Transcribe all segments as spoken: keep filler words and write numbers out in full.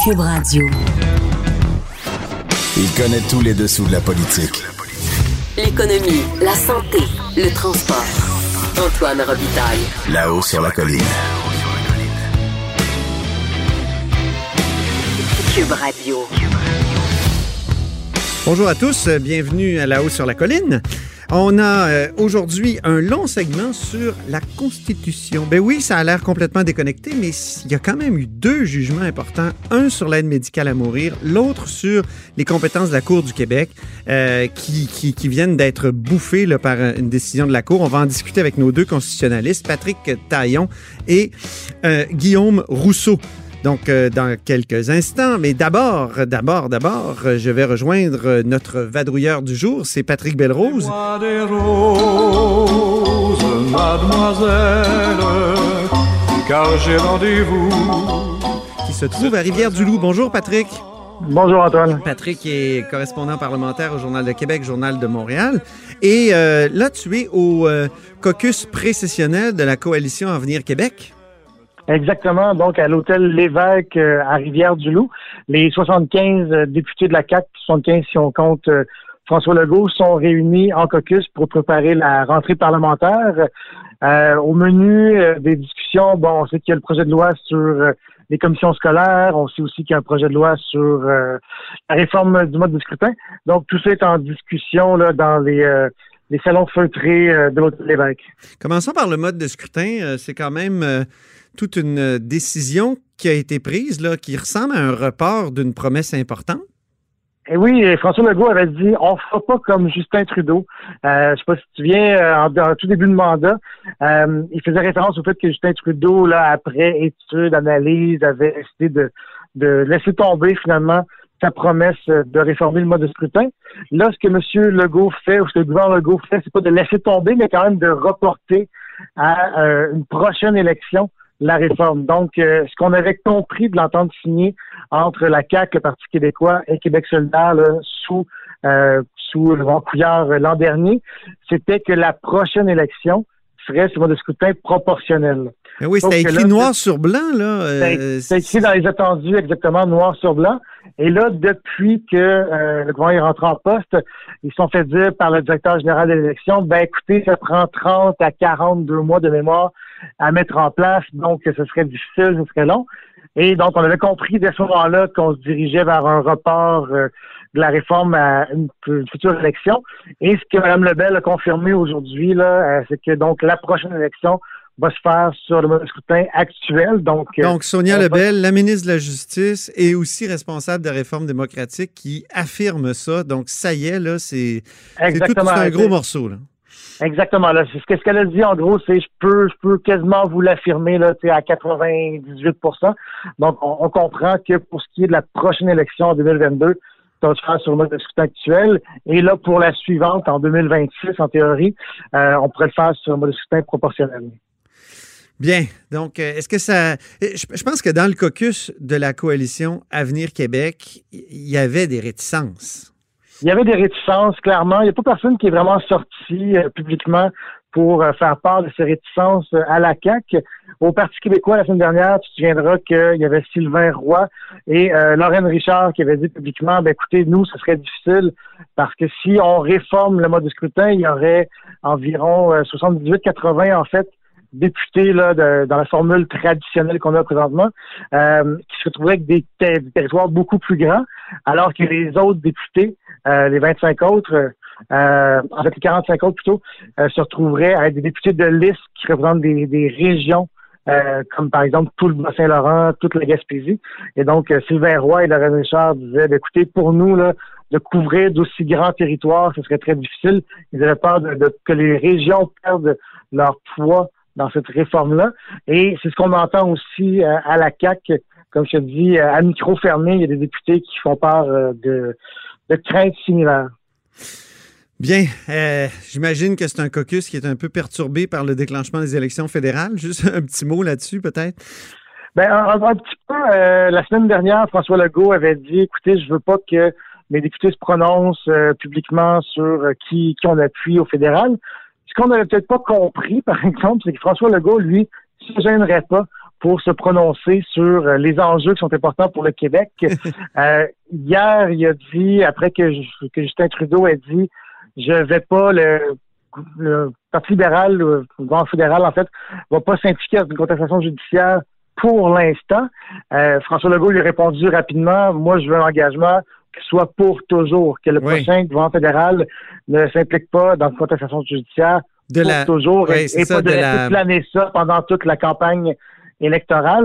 Cube Radio. Il connaît tous les dessous de la politique. L'économie, la santé, le transport. Antoine Robitaille. Là-haut sur la colline. Cube Radio. Bonjour à tous, bienvenue à Là-haut sur la colline. On a euh, aujourd'hui un long segment sur la Constitution. Ben oui, ça a l'air complètement déconnecté, mais il y a quand même eu deux jugements importants. Un sur l'aide médicale à mourir, l'autre sur les compétences de la Cour du Québec euh, qui, qui, qui viennent d'être bouffées là, par une décision de la Cour. On va en discuter avec nos deux constitutionnalistes, Patrick Taillon et euh, Guillaume Rousseau. Donc, euh, dans quelques instants. Mais d'abord, d'abord, d'abord, je vais rejoindre notre vadrouilleur du jour. C'est Patrick Belrose. Moi des roses, mademoiselle, car j'ai rendez-vous. Qui se trouve à Rivière-du-Loup. Bonjour, Patrick. Bonjour, Antoine. Patrick est correspondant parlementaire au Journal de Québec, Journal de Montréal. Et euh, là, tu es au euh, caucus précessionnel de la Coalition Avenir Québec. Exactement, donc à l'hôtel L'Évêque euh, à Rivière-du-Loup. Les soixante-quinze euh, députés de la C A Q, soixante-quinze si on compte euh, François Legault, sont réunis en caucus pour préparer la rentrée parlementaire. Euh, au menu euh, des discussions, bon, on sait qu'il y a le projet de loi sur euh, les commissions scolaires, on sait aussi qu'il y a un projet de loi sur euh, la réforme du mode de scrutin. Donc tout ça est en discussion là dans les... Euh, les salons feutrés euh, de l'hôtel L'Évêque. Commençons par le mode de scrutin. Euh, c'est quand même euh, toute une euh, décision qui a été prise, là, qui ressemble à un report d'une promesse importante. Et oui, François Legault avait dit, on fera pas comme Justin Trudeau. Euh, je sais pas si tu viens, euh, en, en tout début de mandat, euh, il faisait référence au fait que Justin Trudeau, là, après étude, analyse, avait décidé de, de laisser tomber finalement sa promesse de réformer le mode de scrutin. Là, ce que M. Legault fait, ou ce que le gouvernement Legault fait, c'est pas de laisser tomber, mais quand même de reporter à euh, une prochaine élection la réforme. Donc, euh, ce qu'on avait compris de l'entente signée entre la C A Q, le Parti québécois et Québec solidaire là, sous euh, sous le vent Couillard euh, l'an dernier, c'était que la prochaine élection serait sur le mode de scrutin proportionnel. Mais oui, c'était écrit là, noir sur blanc, là. Euh, c'est écrit dans les attendus exactement noir sur blanc. Et là, depuis que euh, le gouvernement est rentré en poste, ils se sont fait dire par le directeur général de l'élection, ben écoutez, ça prend trente à quarante-deux mois de mémoire à mettre en place, donc ce serait difficile, ce serait long. Et donc, on avait compris dès ce moment-là qu'on se dirigeait vers un report euh, de la réforme à une, une future élection. Et ce que Mme Lebel a confirmé aujourd'hui, là, euh, c'est que donc la prochaine élection va se faire sur le mode de scrutin actuel. Donc, donc Sonia Lebel, va... la ministre de la Justice, est aussi responsable de la réforme démocratique qui affirme ça. Donc, ça y est, là, c'est, c'est tout c'est un gros morceau, là. Exactement. Là, c'est ce qu'elle a dit, en gros, c'est je peux je peux quasiment vous l'affirmer là, à quatre-vingt-dix-huit pour cent. Donc, on, on comprend que pour ce qui est de la prochaine élection en deux mille vingt-deux, ça va se faire sur le mode de scrutin actuel. Et là, pour la suivante, en deux mille vingt-six, en théorie, euh, on pourrait le faire sur le mode de scrutin proportionnel. Bien. Donc, est-ce que ça... Je pense que dans le caucus de la coalition Avenir Québec, il y avait des réticences. Il y avait des réticences, clairement. Il n'y a pas personne qui est vraiment sorti euh, publiquement pour euh, faire part de ces réticences euh, à la C A Q. Au Parti québécois, la semaine dernière, tu te souviendras qu'il y avait Sylvain Roy et euh, Lorraine Richard qui avaient dit publiquement, ben écoutez, nous, ce serait difficile parce que si on réforme le mode de scrutin, il y aurait environ euh, soixante-dix-huit à quatre-vingts, en fait, députés là, de, dans la formule traditionnelle qu'on a présentement, euh, qui se retrouveraient avec des, ter- des territoires beaucoup plus grands, alors que les autres députés, euh, les vingt-cinq autres, euh, en fait les quarante-cinq autres plutôt, euh, se retrouveraient avec des députés de liste qui représentent des, des régions, euh, comme par exemple tout le Bas-Saint-Laurent, toute la Gaspésie. Et donc, euh, Sylvain Roy et Lorraine Richard disaient, écoutez, pour nous, là, de couvrir d'aussi grands territoires, ce serait très difficile. Ils avaient peur de, de, que les régions perdent leur poids dans cette réforme-là. Et c'est ce qu'on entend aussi euh, à la C A Q. Comme je te dis, euh, à micro fermé, il y a des députés qui font part euh, de, de craintes similaires. Bien. Euh, j'imagine que c'est un caucus qui est un peu perturbé par le déclenchement des élections fédérales. Juste un petit mot là-dessus, peut-être? Ben, un, un petit peu. Euh, la semaine dernière, François Legault avait dit, écoutez, je veux pas que mes députés se prononcent euh, publiquement sur euh, qui, qui on appuie au fédéral. Ce qu'on n'avait peut-être pas compris, par exemple, c'est que François Legault, lui, ne se gênerait pas pour se prononcer sur les enjeux qui sont importants pour le Québec. euh, hier, il a dit, après que, que Justin Trudeau a dit « Je vais pas, le, le Parti libéral, le gouvernement fédéral, en fait, va pas s'impliquer dans une contestation judiciaire pour l'instant. Euh, » François Legault lui a répondu rapidement « Moi, je veux un engagement qui soit pour toujours, que le oui. prochain gouvernement fédéral ne s'implique pas dans une contestation judiciaire de pour la... toujours oui, et, et ça, pas de, de la... planer ça pendant toute la campagne électorale. »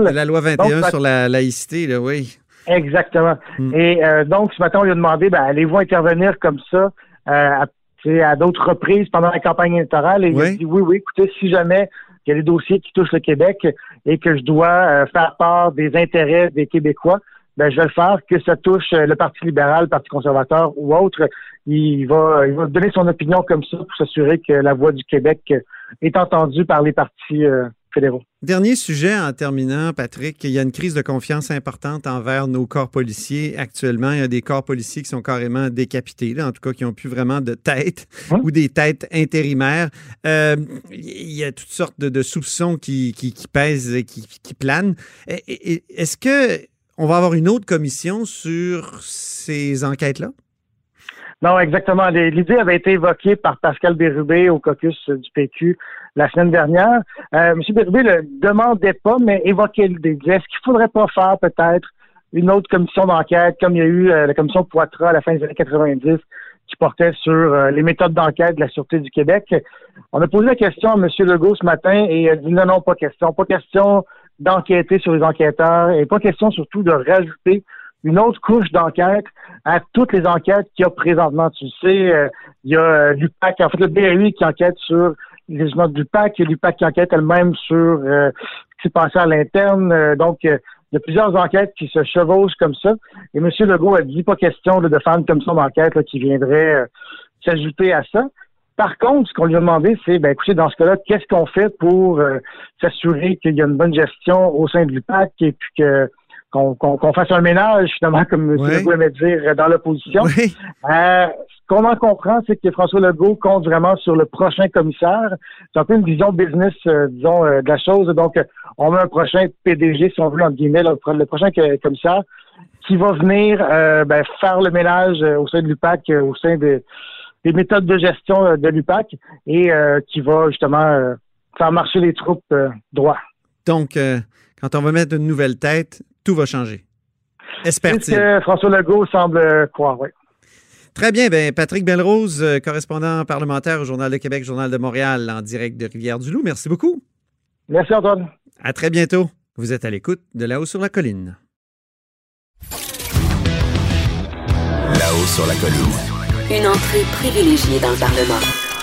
De la loi vingt et un donc, sur la laïcité, là, oui. Exactement. Hmm. Et euh, donc, ce matin, on lui a demandé, ben, allez-vous intervenir comme ça euh, à, à d'autres reprises pendant la campagne électorale? Et oui. il a dit, oui, oui, écoutez, si jamais il y a des dossiers qui touchent le Québec et que je dois euh, faire part des intérêts des Québécois, ben, je vais le faire, que ça touche le Parti libéral, le Parti conservateur ou autre. Il va, il va donner son opinion comme ça pour s'assurer que la voix du Québec est entendue par les partis euh, fédéraux. Dernier sujet en terminant, Patrick. Il y a une crise de confiance importante envers nos corps policiers. Actuellement, il y a des corps policiers qui sont carrément décapités, là, en tout cas qui n'ont plus vraiment de tête hum? ou des têtes intérimaires. Euh, il y a toutes sortes de, de soupçons qui, qui, qui pèsent et qui, qui planent. Et, et, est-ce que on va avoir une autre commission sur ces enquêtes-là? Non, exactement. L'idée avait été évoquée par Pascal Bérubé au caucus du P Q la semaine dernière. Euh, M. Bérubé ne le demandait pas, mais évoquait l'idée. Il disait, est-ce qu'il ne faudrait pas faire peut-être une autre commission d'enquête, comme il y a eu euh, la commission Poitras à la fin des années quatre-vingt-dix, qui portait sur euh, les méthodes d'enquête de la Sûreté du Québec. On a posé la question à M. Legault ce matin et il a dit non, non, pas question. Pas question d'enquêter sur les enquêteurs et pas question surtout de rajouter une autre couche d'enquête à toutes les enquêtes qu'il y a présentement. Tu sais, euh, il y a euh, l'U P A C, en fait le B R I qui enquête sur les résultats du P A C, il y a l'U P A C qui enquête elle-même sur euh, ce qui s'est passé à l'interne. Euh, donc, euh, il y a plusieurs enquêtes qui se chevauchent comme ça. Et M. Legault a dit pas question là, de faire une commission d'enquête là, qui viendrait euh, s'ajouter à ça. Par contre, ce qu'on lui a demandé, c'est, ben écoutez, dans ce cas-là, qu'est-ce qu'on fait pour euh, s'assurer qu'il y a une bonne gestion au sein de l'U P A C et puis que qu'on, qu'on, qu'on fasse un ménage, finalement, comme M. Oui. Legault aimait dire, dans l'opposition. Oui. Euh, ce qu'on en comprend, c'est que François Legault compte vraiment sur le prochain commissaire. C'est un peu une vision business, euh, disons, euh, de la chose. Donc, on met un prochain P D G, si on veut, entre guillemets, là, le prochain commissaire qui va venir euh, ben, faire le ménage euh, au sein de l'U P A C, euh, au sein de des méthodes de gestion de l'U P A C et euh, qui va justement euh, faire marcher les troupes euh, droit. Donc, euh, quand on va mettre une nouvelle tête, tout va changer. Espère-t-il. C'est ce que François Legault semble croire, oui. Très bien. Ben, Patrick Belrose, correspondant parlementaire au Journal de Québec, Journal de Montréal, en direct de Rivière-du-Loup. Merci beaucoup. Merci, Antoine. À très bientôt. Vous êtes à l'écoute de Là-haut sur la colline. Là-haut sur la colline. Une entrée privilégiée dans le Parlement.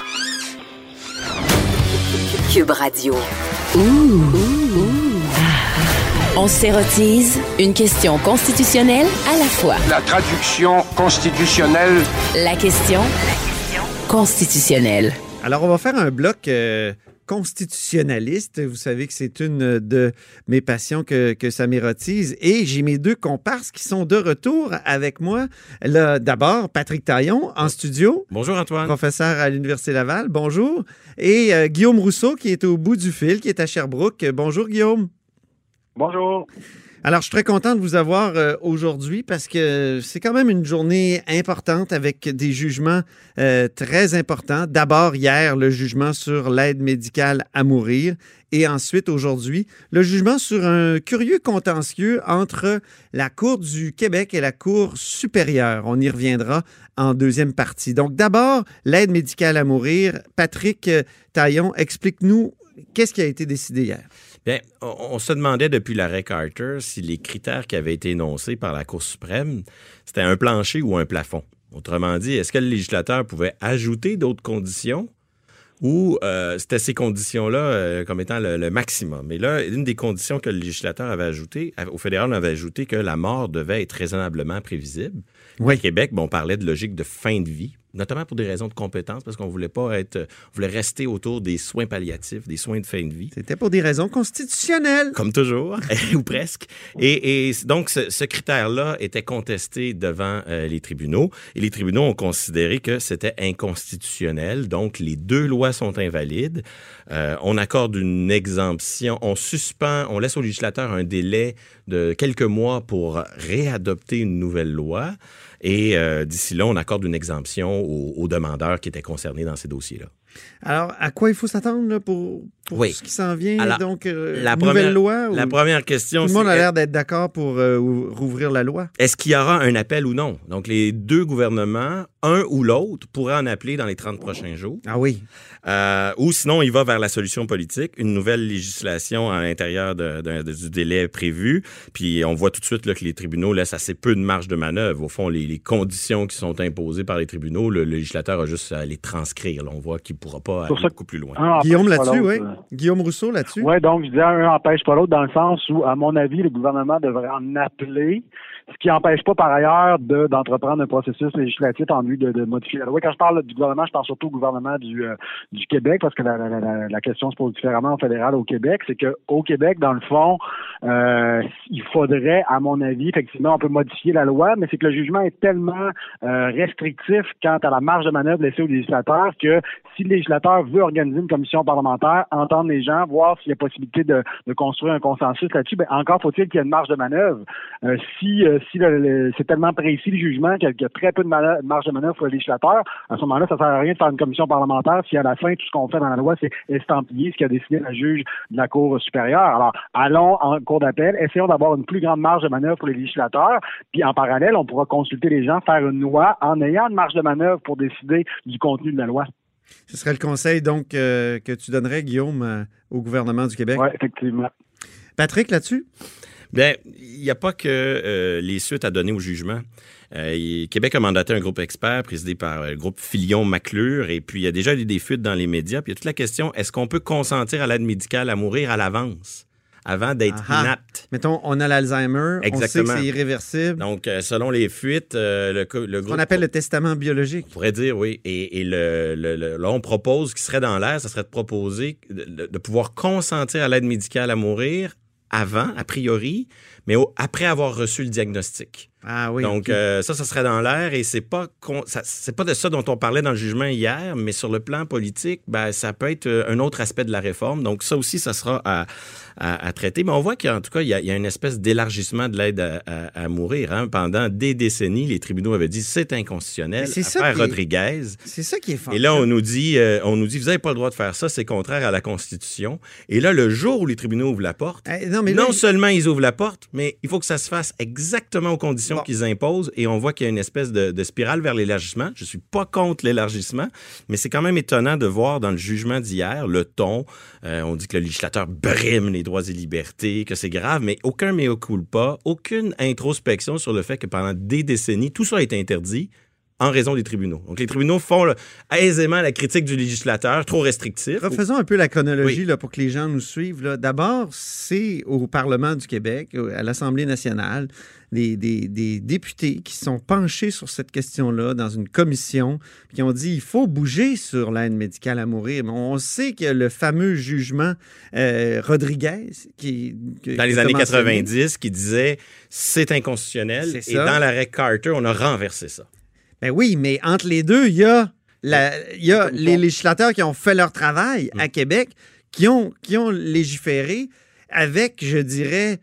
Cube Radio. Ouh. Ouh. On s'érotise une question constitutionnelle à la fois. La traduction constitutionnelle. La question constitutionnelle. Alors, on va faire un bloc euh, constitutionnaliste. Vous savez que c'est une de mes passions que, que ça m'érotise. Et j'ai mes deux comparses qui sont de retour avec moi. Là, d'abord, Patrick Taillon en studio. Bonjour Antoine. Professeur à l'Université Laval. Bonjour. Et euh, Guillaume Rousseau qui est au bout du fil, qui est à Sherbrooke. Bonjour Guillaume. Bonjour. Alors, je suis très content de vous avoir euh, aujourd'hui parce que c'est quand même une journée importante avec des jugements euh, très importants. D'abord, hier, le jugement sur l'aide médicale à mourir et ensuite, aujourd'hui, le jugement sur un curieux contentieux entre la Cour du Québec et la Cour supérieure. On y reviendra en deuxième partie. Donc, d'abord, l'aide médicale à mourir. Patrick Taillon, explique-nous qu'est-ce qui a été décidé hier. Bien, on, on se demandait depuis l'arrêt Carter si les critères qui avaient été énoncés par la Cour suprême, c'était un plancher ou un plafond. Autrement dit, est-ce que le législateur pouvait ajouter d'autres conditions ou euh, c'était ces conditions-là euh, comme étant le, le maximum? Et là, une des conditions que le législateur avait ajoutées, au fédéral, on avait ajouté que la mort devait être raisonnablement prévisible. Oui. Au Québec, bon, on parlait de logique de fin de vie. notamment pour des raisons de compétence, parce qu'on voulait pas être, on voulait rester autour des soins palliatifs, des soins de fin de vie. C'était pour des raisons constitutionnelles. Comme toujours, ou presque. Et, et donc, ce, ce critère-là était contesté devant euh, les tribunaux. Et les tribunaux ont considéré que c'était inconstitutionnel. Donc, les deux lois sont invalides. Euh, on accorde une exemption, on suspend, on laisse au législateur un délai de quelques mois pour réadopter une nouvelle loi. Et euh, d'ici là, on accorde une exemption aux, aux demandeurs qui étaient concernés dans ces dossiers-là. Alors, à quoi il faut s'attendre là, pour, pour oui. ce qui s'en vient? Alors, donc, euh, la nouvelle première, loi? La ou... première question, Tout c'est... le monde a l'air d'être d'accord pour euh, rouvrir la loi. Est-ce qu'il y aura un appel ou non? Donc, les deux gouvernements, un ou l'autre, pourraient en appeler dans les trente prochains jours. Ah oui. Euh, ou sinon, il va vers la solution politique, une nouvelle législation à l'intérieur de, de, de, du délai prévu. Puis, on voit tout de suite là, que les tribunaux laissent assez peu de marge de manœuvre. Au fond, les, les conditions qui sont imposées par les tribunaux, le, le législateur a juste à les transcrire. Là, on voit qu'il ne pourra pas aller beaucoup plus loin. Ah, Guillaume là-dessus, oui. Guillaume Rousseau là-dessus. Oui, donc je disais, un n'empêche pas l'autre dans le sens où, à mon avis, le gouvernement devrait en appeler, ce qui n'empêche pas par ailleurs de, d'entreprendre un processus législatif en vue de, de modifier la loi. Quand je parle du gouvernement, je pense surtout au gouvernement du, euh, du Québec, parce que la, la, la, la question se pose différemment au fédéral au Québec. C'est qu'au Québec, dans le fond, euh, il faudrait, à mon avis, effectivement, on peut modifier la loi, mais c'est que le jugement est tellement euh, restrictif quant à la marge de manœuvre laissée au législateur que si le législateur veut organiser une commission parlementaire, entendre les gens, voir s'il y a possibilité de, de construire un consensus là-dessus, bien, encore faut-il qu'il y ait une marge de manœuvre. Euh, si euh, si le, le, c'est tellement précis le jugement qu'il y a, qu'il y a très peu de manœuvre, marge de manœuvre pour le législateur, à ce moment-là, ça ne sert à rien de faire une commission parlementaire si à la fin, tout ce qu'on fait dans la loi, c'est estampiller ce qu'a décidé le juge de la Cour supérieure. Alors, allons en cour d'appel, essayons d'avoir une plus grande marge de manœuvre pour les législateurs, puis en parallèle, on pourra consulter les gens, faire une loi en ayant une marge de manœuvre pour décider du contenu de la loi. Ce serait le conseil donc euh, que tu donnerais, Guillaume, euh, au gouvernement du Québec. Oui, effectivement. Patrick, là-dessus? Bien, il n'y a pas que euh, les suites à donner au jugement. Euh, Québec a mandaté un groupe expert présidé par le groupe Filion-Maclure, et puis il y a déjà eu des fuites dans les médias. Puis il y a toute la question, est-ce qu'on peut consentir à l'aide médicale à mourir à l'avance, avant d'être Aha. inapte? Mettons, on a l'Alzheimer, Exactement. on sait que c'est irréversible. Donc, euh, selon les fuites, euh, le, le groupe... Ce qu'on appelle le testament biologique. On pourrait dire, oui. Et, et le, le, le, là, on propose, ce qui serait dans l'air, ça serait de proposer de, de pouvoir consentir à l'aide médicale à mourir avant, a priori, mais au, après avoir reçu le diagnostic. Ah oui. Donc, okay. euh, ça, ça serait dans l'air et c'est pas con, ça, c'est pas de ça dont on parlait dans le jugement hier, mais sur le plan politique, ben, ça peut être un autre aspect de la réforme. Donc, ça aussi, ça sera à, à, à traiter. Mais on voit qu'en tout cas, il y a, il y a une espèce d'élargissement de l'aide à, à, à mourir. Hein. Pendant des décennies, les tribunaux avaient dit c'est inconstitutionnel. C'est ça affaire qui Rodriguez. Est... C'est ça qui est fort. Et là, on nous dit, euh, on nous dit, vous n'avez pas le droit de faire ça, c'est contraire à la Constitution. Et là, le jour où les tribunaux ouvrent la porte, eh, non, mais non là, seulement ils ouvrent la porte, mais il faut que ça se fasse exactement aux conditions bon. qu'ils imposent. Et on voit qu'il y a une espèce de, de spirale vers l'élargissement. Je ne suis pas contre l'élargissement, mais c'est quand même étonnant de voir dans le jugement d'hier le ton. Euh, on dit que le législateur brime les droits et libertés, que c'est grave, mais aucun mea culpa, aucune introspection sur le fait que pendant des décennies, tout ça a été interdit en raison des tribunaux. Donc, les tribunaux font là, aisément la critique du législateur, trop restrictif. Refaisons un peu la chronologie oui. là, pour que les gens nous suivent. Là. D'abord, c'est au Parlement du Québec, à l'Assemblée nationale, des, des, des députés qui sont penchés sur cette question-là dans une commission, qui ont dit il faut bouger sur l'aide médicale à mourir. Mais on sait que le fameux jugement euh, Rodriguez, qui, qui dans les années quatre-vingt-dix, qui disait c'est inconstitutionnel, c'est et dans l'arrêt Carter, on a renversé ça. Ben oui, mais entre les deux, il y a, la, il y a les législateurs qui ont fait leur travail à Québec, qui ont, qui ont légiféré avec, je dirais,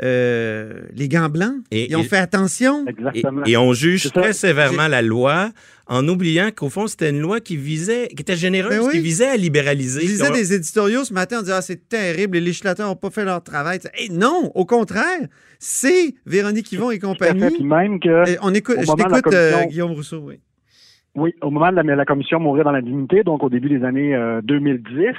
euh, les gants blancs. Et, Ils ont et, fait attention. Exactement. Et, et on juge très sévèrement la loi en oubliant qu'au fond, c'était une loi qui visait, qui était généreuse, ben oui. qui visait à libéraliser. Je lisais on... des éditoriaux ce matin, on disait ah, c'est terrible, les législateurs n'ont pas fait leur travail. Et non, au contraire, c'est Véronique Yvon et compagnie. Fait, même que, on écoute, je t'écoute, commission... euh, Guillaume Rousseau, oui. Oui, au moment de la, la commission Mourir dans la dignité, donc au début des années euh, deux mille dix,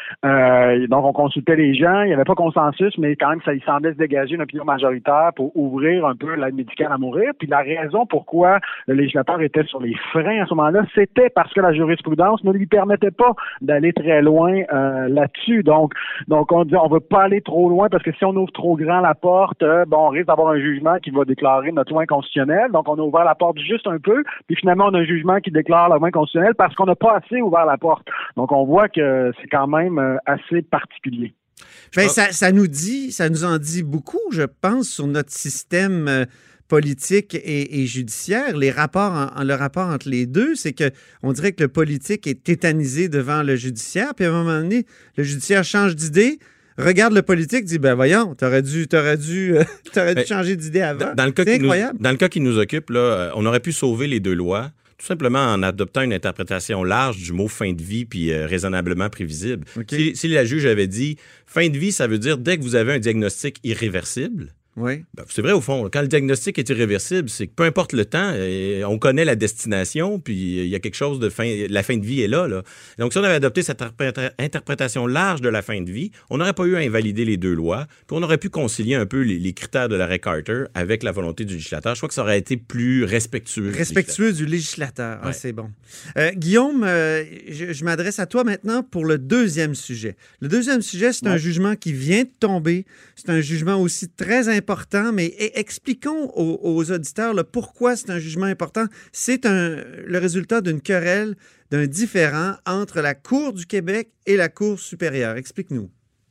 euh, donc on consultait les gens, il n'y avait pas consensus, mais quand même ça il semblait se dégager une opinion majoritaire pour ouvrir un peu l'aide médicale à mourir. Puis la raison pourquoi le législateur était sur les freins à ce moment-là, c'était parce que la jurisprudence ne lui permettait pas d'aller très loin euh, là-dessus. Donc, donc on dit on veut pas aller trop loin parce que si on ouvre trop grand la porte, euh, bon, on risque d'avoir un jugement qui va déclarer notre loi inconstitutionnelle. Donc on a ouvert la porte juste un peu, puis finalement on a un jugement qui déclarent la main constitutionnelle parce qu'on n'a pas assez ouvert la porte. Donc, on voit que c'est quand même euh, assez particulier. Ben, ça, ça nous dit, ça nous en dit beaucoup, je pense, sur notre système euh, politique et, et judiciaire. Les rapports, en, le rapport entre les deux, c'est que on dirait que le politique est tétanisé devant le judiciaire, puis à un moment donné, le judiciaire change d'idée, regarde le politique, dit ben voyons, t'aurais dû, t'aurais dû, euh, t'aurais dû changer d'idée avant. Dans, dans le cas c'est qui incroyable. Nous, dans le cas qui nous occupe, là, on aurait pu sauver les deux lois. Tout simplement en adoptant une interprétation large du mot fin de vie puis euh, raisonnablement prévisible. Okay. Si, si la juge avait dit fin de vie, ça veut dire dès que vous avez un diagnostic irréversible. Oui. Ben, c'est vrai, au fond, quand le diagnostic est irréversible, c'est que peu importe le temps, on connaît la destination, puis il y a quelque chose de fin, la fin de vie est là, là. Donc, si on avait adopté cette interprétation large de la fin de vie, on n'aurait pas eu à invalider les deux lois, puis on aurait pu concilier un peu les, les critères de l'arrêt Carter avec la volonté du législateur. Je crois que ça aurait été plus respectueux. Respectueux du législateur. Ah, ouais. C'est bon. Euh, Guillaume, euh, je, je m'adresse à toi maintenant pour le deuxième sujet. Le deuxième sujet, c'est ouais. un jugement qui vient de tomber. C'est un jugement aussi très important. important, mais expliquons aux, aux auditeurs là, pourquoi c'est un jugement important. C'est un, le résultat d'une querelle, d'un différend entre la Cour du Québec et la Cour supérieure. Explique-nous.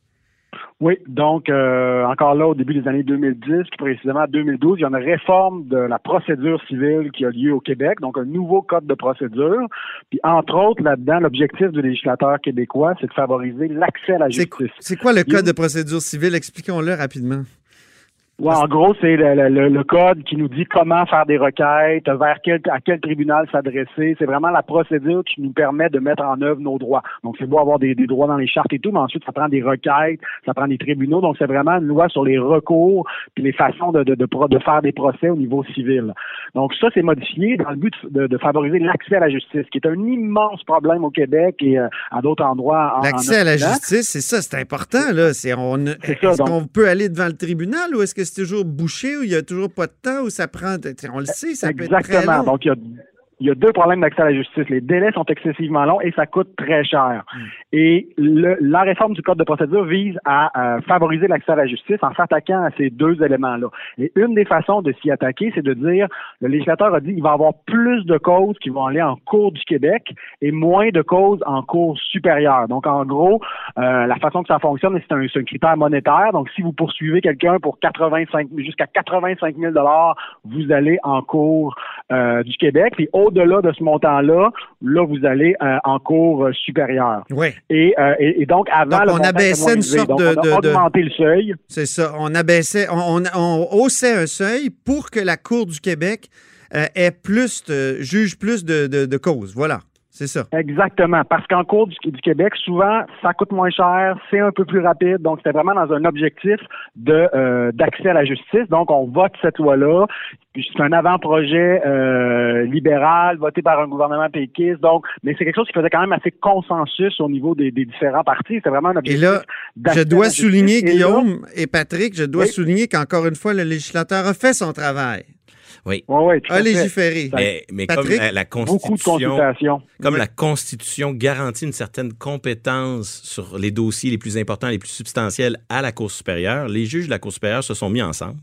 Oui, donc euh, encore là, au début des années deux mille dix, plus précisément en deux mille douze, il y a une réforme de la procédure civile qui a lieu au Québec, donc un nouveau code de procédure. Puis entre autres, là-dedans, l'objectif du législateur québécois, c'est de favoriser l'accès à la justice. C'est, c'est quoi le code de procédure civile? Expliquons-le rapidement. Ouais, en gros, c'est le, le, le code qui nous dit comment faire des requêtes, vers quel, à quel tribunal s'adresser. C'est vraiment la procédure qui nous permet de mettre en œuvre nos droits. Donc, c'est beau avoir des, des droits dans les chartes et tout, mais ensuite, ça prend des requêtes, ça prend des tribunaux. Donc, c'est vraiment une loi sur les recours puis les façons de, de, de, de faire des procès au niveau civil. Donc, ça, c'est modifié dans le but de, de favoriser l'accès à la justice, qui est un immense problème au Québec et euh, à d'autres endroits. En, l'accès en à la justice, c'est ça, c'est important, là. C'est, on, c'est ça, est-ce donc, qu'on peut aller devant le tribunal ou est-ce que c'est toujours bouché ou il n'y a toujours pas de temps ou ça prend... On le sait, ça Exactement. peut être très long. Donc, il y a... Il y a deux problèmes d'accès à la justice. Les délais sont excessivement longs et ça coûte très cher. Mm. Et le, la réforme du Code de procédure vise à euh, favoriser l'accès à la justice en s'attaquant à ces deux éléments-là. Et une des façons de s'y attaquer, c'est de dire, le législateur a dit qu'il va y avoir plus de causes qui vont aller en Cour du Québec et moins de causes en Cour supérieure. Donc, en gros, euh, la façon que ça fonctionne, c'est un, c'est un critère monétaire. Donc, si vous poursuivez quelqu'un pour quatre-vingt-cinq jusqu'à quatre-vingt-cinq mille dollars, vous allez en Cour euh, du Québec. Puis, au-delà de ce montant-là, là, vous allez euh, en cour euh, supérieure. Oui. Et, euh, et, et donc, avant, donc, le on montant abaissait une sorte donc, de... on a de augmenté de... le seuil. C'est ça. On abaissait, on, on, on haussait un seuil pour que la Cour du Québec euh, ait plus, de, juge plus de, de, de causes. Voilà. C'est ça. Exactement. Parce qu'en Cour du, du Québec, souvent, ça coûte moins cher, c'est un peu plus rapide. Donc, c'était vraiment dans un objectif de euh, d'accès à la justice. Donc, on vote cette loi-là. Puis c'est un avant-projet euh, libéral voté par un gouvernement péquiste. Donc, mais c'est quelque chose qui faisait quand même assez consensus au niveau des, des différents partis. C'est vraiment un objectif. Et là, je dois souligner, et Guillaume là, et Patrick, je dois oui. souligner qu'encore une fois, le législateur a fait son travail. Oui. Ouais, ouais, tout a à légiféré. Mais, mais comme la, la Constitution, comme oui. la Constitution garantit une certaine compétence sur les dossiers les plus importants, les plus substantiels à la Cour supérieure, les juges de la Cour supérieure se sont mis ensemble.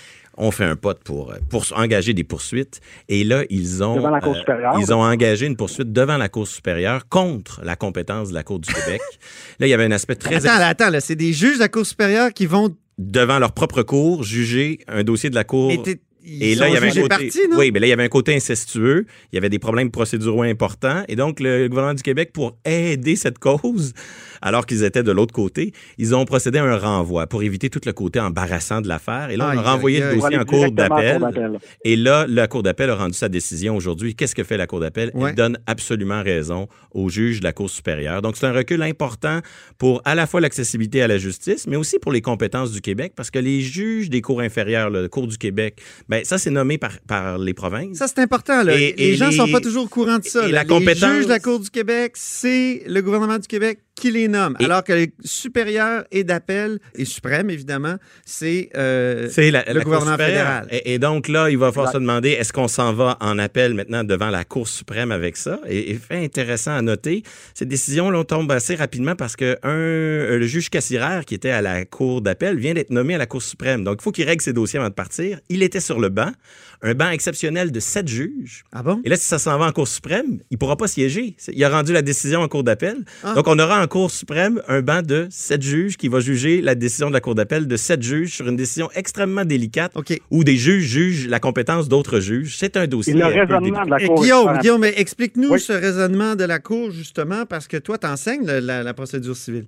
On fait un pote pour, pour engager des poursuites. Et là, ils ont, devant la Cour supérieure. euh, ils ont engagé une poursuite devant la Cour supérieure contre la compétence de la Cour du Québec. Là, il y avait un aspect très... Attends, là, attends, là, c'est des juges de la Cour supérieure qui vont... devant leur propre cour, juger un dossier de la Cour... Mais t'es... Ils et là, il y avait un côté, partis, non? oui, mais là, il y avait un côté incestueux. Il y avait des problèmes procéduraux importants. Et donc, le gouvernement du Québec, pour aider cette cause, alors qu'ils étaient de l'autre côté, ils ont procédé à un renvoi pour éviter tout le côté embarrassant de l'affaire. Et là, on a renvoyé le dossier en cour d'appel. Et là, la Cour d'appel a rendu sa décision aujourd'hui. Qu'est-ce que fait la Cour d'appel? Ouais. Elle donne absolument raison aux juges de la Cour supérieure. Donc, c'est un recul important pour à la fois l'accessibilité à la justice, mais aussi pour les compétences du Québec, parce que les juges des cours inférieures, la Cour du Québec, ben ça, c'est nommé par, par les provinces. Ça, c'est important. Là. Et, les et gens ne sont pas toujours au courant de ça. Et là. la compétence... Les juges de la Cour du Québec, c'est le gouvernement du Québec qui les nomme. Et... Alors que les supérieurs et d'appel, et suprême, évidemment, c'est, euh, c'est la, le la gouvernement fédéral. Et, et donc là, il va falloir se demander, est-ce qu'on s'en va en appel maintenant devant la Cour suprême avec ça? Et, et fait intéressant à noter, cette décision-là tombe assez rapidement parce que un, le juge Cassirer, qui était à la Cour d'appel, vient d'être nommé à la Cour suprême. Donc, il faut qu'il règle ses dossiers avant de partir. Il était sur le banc, un banc exceptionnel de sept juges. Ah bon? Et là, si ça s'en va en Cour suprême, il ne pourra pas siéger. Il a rendu la décision en Cour d'appel. Ah. Donc, on aura en Cour suprême un banc de sept juges qui va juger la décision de la Cour d'appel de sept juges sur une décision extrêmement délicate okay. où des juges jugent la compétence d'autres juges. C'est un dossier. Et le raisonnement de la Cour. Guillaume, Guillaume, explique-nous oui. ce raisonnement de la Cour, justement, parce que toi, tu enseignes la, la, la procédure civile.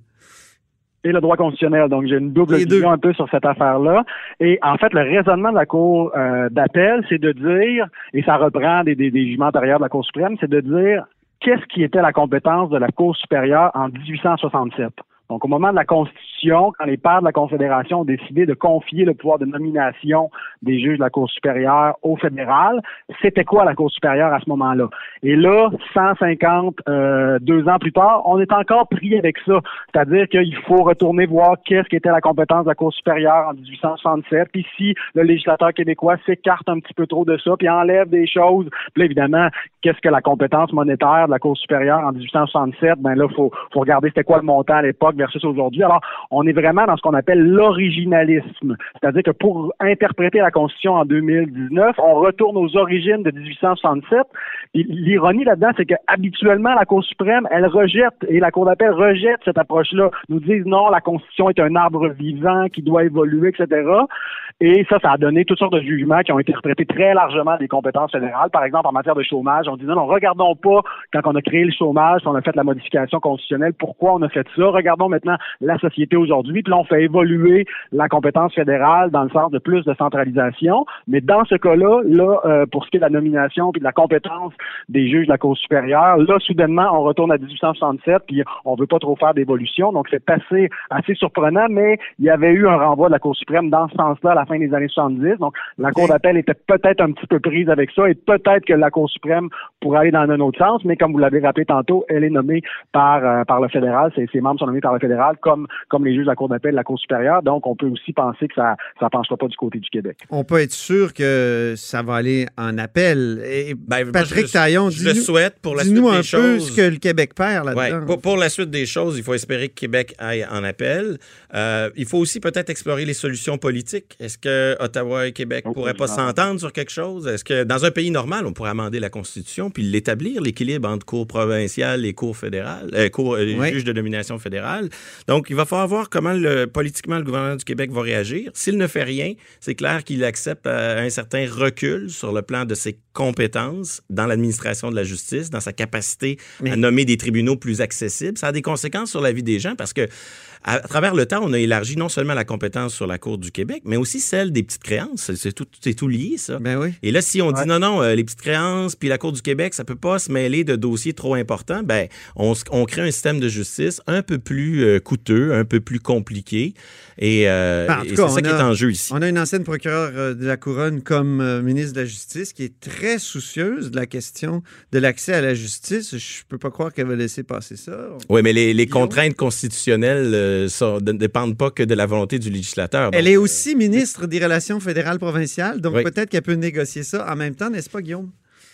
Et le droit constitutionnel. Donc, j'ai une double Les vision deux. un peu sur cette affaire-là. Et en fait, le raisonnement de la Cour euh, d'appel, c'est de dire, et ça reprend des, des, des jugements antérieurs de la Cour suprême, c'est de dire qu'est-ce qui était la compétence de la Cour supérieure en dix-huit cent soixante-sept. Donc, au moment de la Constitution, quand les pairs de la Confédération ont décidé de confier le pouvoir de nomination des juges de la Cour supérieure au fédéral, c'était quoi la Cour supérieure à ce moment-là? Et là, cent cinquante-deux ans plus tard, on est encore pris avec ça. C'est-à-dire qu'il faut retourner voir qu'est-ce qu'était la compétence de la Cour supérieure en dix-huit cent soixante-sept, puis si le législateur québécois s'écarte un petit peu trop de ça, puis enlève des choses, puis là, évidemment, qu'est-ce que la compétence monétaire de la Cour supérieure en dix-huit cent soixante-sept? Ben là, faut, faut regarder c'était quoi le montant à l'époque versus aujourd'hui. Alors, on est vraiment dans ce qu'on appelle l'originalisme. C'est-à-dire que pour interpréter la Constitution en deux mille dix-neuf, on retourne aux origines de dix-huit cent soixante-sept. Et l'ironie là-dedans, c'est que habituellement, la Cour suprême, elle rejette, et la Cour d'appel rejette cette approche-là. Nous disent non, la Constitution est un arbre vivant qui doit évoluer, et cetera. Et ça, ça a donné toutes sortes de jugements qui ont interprété très largement des compétences fédérales. Par exemple, en matière de chômage, on dit non, non, regardons pas quand on a créé le chômage, on a fait la modification constitutionnelle, pourquoi on a fait ça. Regardons maintenant la société aujourd'hui, puis là, on fait évoluer la compétence fédérale dans le sens de plus de centralisation. Mais dans ce cas-là, là, euh, pour ce qui est de la nomination puis de la compétence des juges de la Cour supérieure, là, soudainement, on retourne à dix-huit cent soixante-sept, puis on veut pas trop faire d'évolution. Donc, c'est assez, assez surprenant, mais il y avait eu un renvoi de la Cour suprême dans ce sens-là à la fin des années soixante-dix. Donc, la Cour d'appel était peut-être un petit peu prise avec ça et peut-être que la Cour suprême pourrait aller dans un autre sens, mais comme vous l'avez rappelé tantôt, elle est nommée par, euh, par le fédéral. Ses, ses membres sont nommés par le fédéral comme, comme les juges de la Cour d'appel de la Cour supérieure. Donc, on peut aussi penser que ça ne penchera pas du côté du Québec. On peut être sûr que ça va aller en appel. Et ben, Patrick je, Taillon, je le souhaite pour la suite dis-nous des un choses. peu ce que le Québec perd là-dedans. Ouais, pour, pour la suite des choses, il faut espérer que Québec aille en appel. Euh, il faut aussi peut-être explorer les solutions politiques. Est-ce que Ottawa et Québec ne oh, pourraient pas s'entendre sur quelque chose? Est-ce que dans un pays normal, on pourrait amender la Constitution puis l'établir, l'équilibre entre cours provinciales et cours fédérales, euh, cours, euh, oui. juges de domination fédérale? Donc, il va falloir voir comment le, politiquement le gouvernement du Québec va réagir. S'il ne fait rien, c'est clair qu'il accepte euh, un certain recul sur le plan de ses compétences dans l'administration de la justice, dans sa capacité Mais... à nommer des tribunaux plus accessibles. Ça a des conséquences sur la vie des gens parce que à, à travers le temps, on a élargi non seulement la compétence sur la Cour du Québec, mais aussi celle des petites créances. C'est tout, c'est tout lié, ça. Ben oui. Et là, si on ouais. dit non, non, euh, les petites créances puis la Cour du Québec, ça peut pas se mêler de dossiers trop importants, ben on, on crée un système de justice un peu plus euh, coûteux, un peu plus compliqué. Et, euh, ben, et cas, c'est ça qui a, est en jeu ici. On a une ancienne procureure de la Couronne comme euh, ministre de la Justice qui est très soucieuse de la question de l'accès à la justice. Je peux pas croire qu'elle va laisser passer ça. Oui, mais les, les contraintes constitutionnelles euh, sont, ne dépendent pas que de la volonté du législateur. Elle donc, est aussi ministre des Relations fédérales-provinciales, donc oui. peut-être qu'elle peut négocier ça en même temps, n'est-ce pas, Guillaume?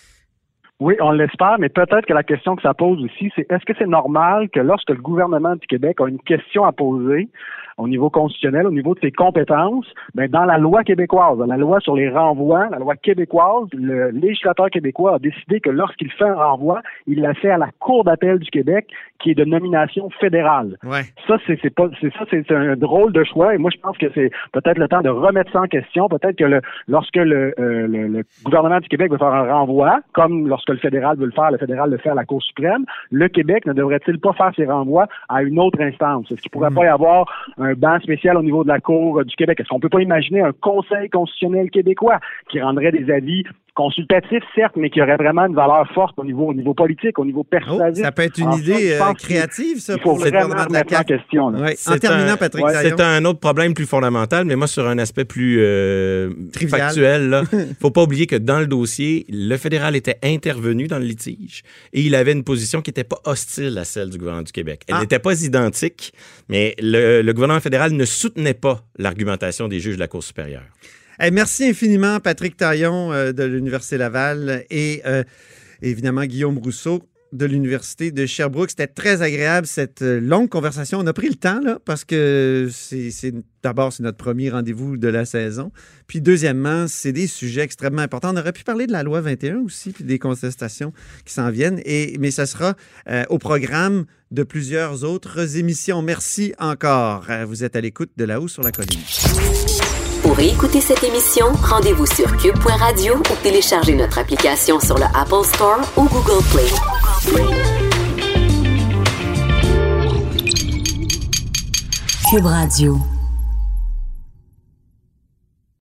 Oui, on l'espère, mais peut-être que la question que ça pose aussi, c'est est-ce que c'est normal que lorsque le gouvernement du Québec a une question à poser au niveau constitutionnel, au niveau de ses compétences, ben dans la loi québécoise, dans la loi sur les renvois, la loi québécoise, le législateur québécois a décidé que lorsqu'il fait un renvoi, il l'a fait à la Cour d'appel du Québec, qui est de nomination fédérale. Ouais. Ça, c'est, c'est pas, c'est ça, c'est, c'est un drôle de choix. Et moi, je pense que c'est peut-être le temps de remettre ça en question. Peut-être que le, lorsque le, euh, le, le gouvernement du Québec veut faire un renvoi, comme lorsque le fédéral veut le faire, le fédéral le fait à la Cour suprême, le Québec ne devrait-il pas faire ses renvois à une autre instance? Est-ce qu'il pourrait mmh. pas y avoir un banc spécial au niveau de la Cour du Québec? Est-ce qu'on peut pas imaginer un Conseil constitutionnel québécois qui rendrait des avis consultatif, certes, mais qui aurait vraiment une valeur forte au niveau, au niveau politique, au niveau persuasif. Oh, ça peut être une en idée fait, euh, créative, ça, il faut pour le vraiment gouvernement de la remettre en C A Q. question. Là. Ouais. En C'est terminant, un, Patrick ouais, Taillon. c'est un autre problème plus fondamental, mais moi, sur un aspect plus euh, Trivial. factuel, là, faut pas oublier que dans le dossier, le fédéral était intervenu dans le litige et il avait une position qui n'était pas hostile à celle du gouvernement du Québec. Elle Ah. n'était pas identique, mais le, le gouvernement fédéral ne soutenait pas l'argumentation des juges de la Cour supérieure. Hey, merci infiniment, Patrick Taillon euh, de l'Université Laval et euh, évidemment Guillaume Rousseau de l'Université de Sherbrooke. C'était très agréable, cette euh, longue conversation. On a pris le temps, là, parce que c'est, c'est d'abord, c'est notre premier rendez-vous de la saison. Puis deuxièmement, c'est des sujets extrêmement importants. On aurait pu parler de la loi vingt et un aussi, puis des contestations qui s'en viennent. Et, mais ça sera euh, au programme de plusieurs autres émissions. Merci encore. Euh, vous êtes à l'écoute de Là-haut sur la colline. Pour écouter cette émission, rendez-vous sur cube point radio ou téléchargez notre application sur le Apple Store ou Google Play. Cube Radio.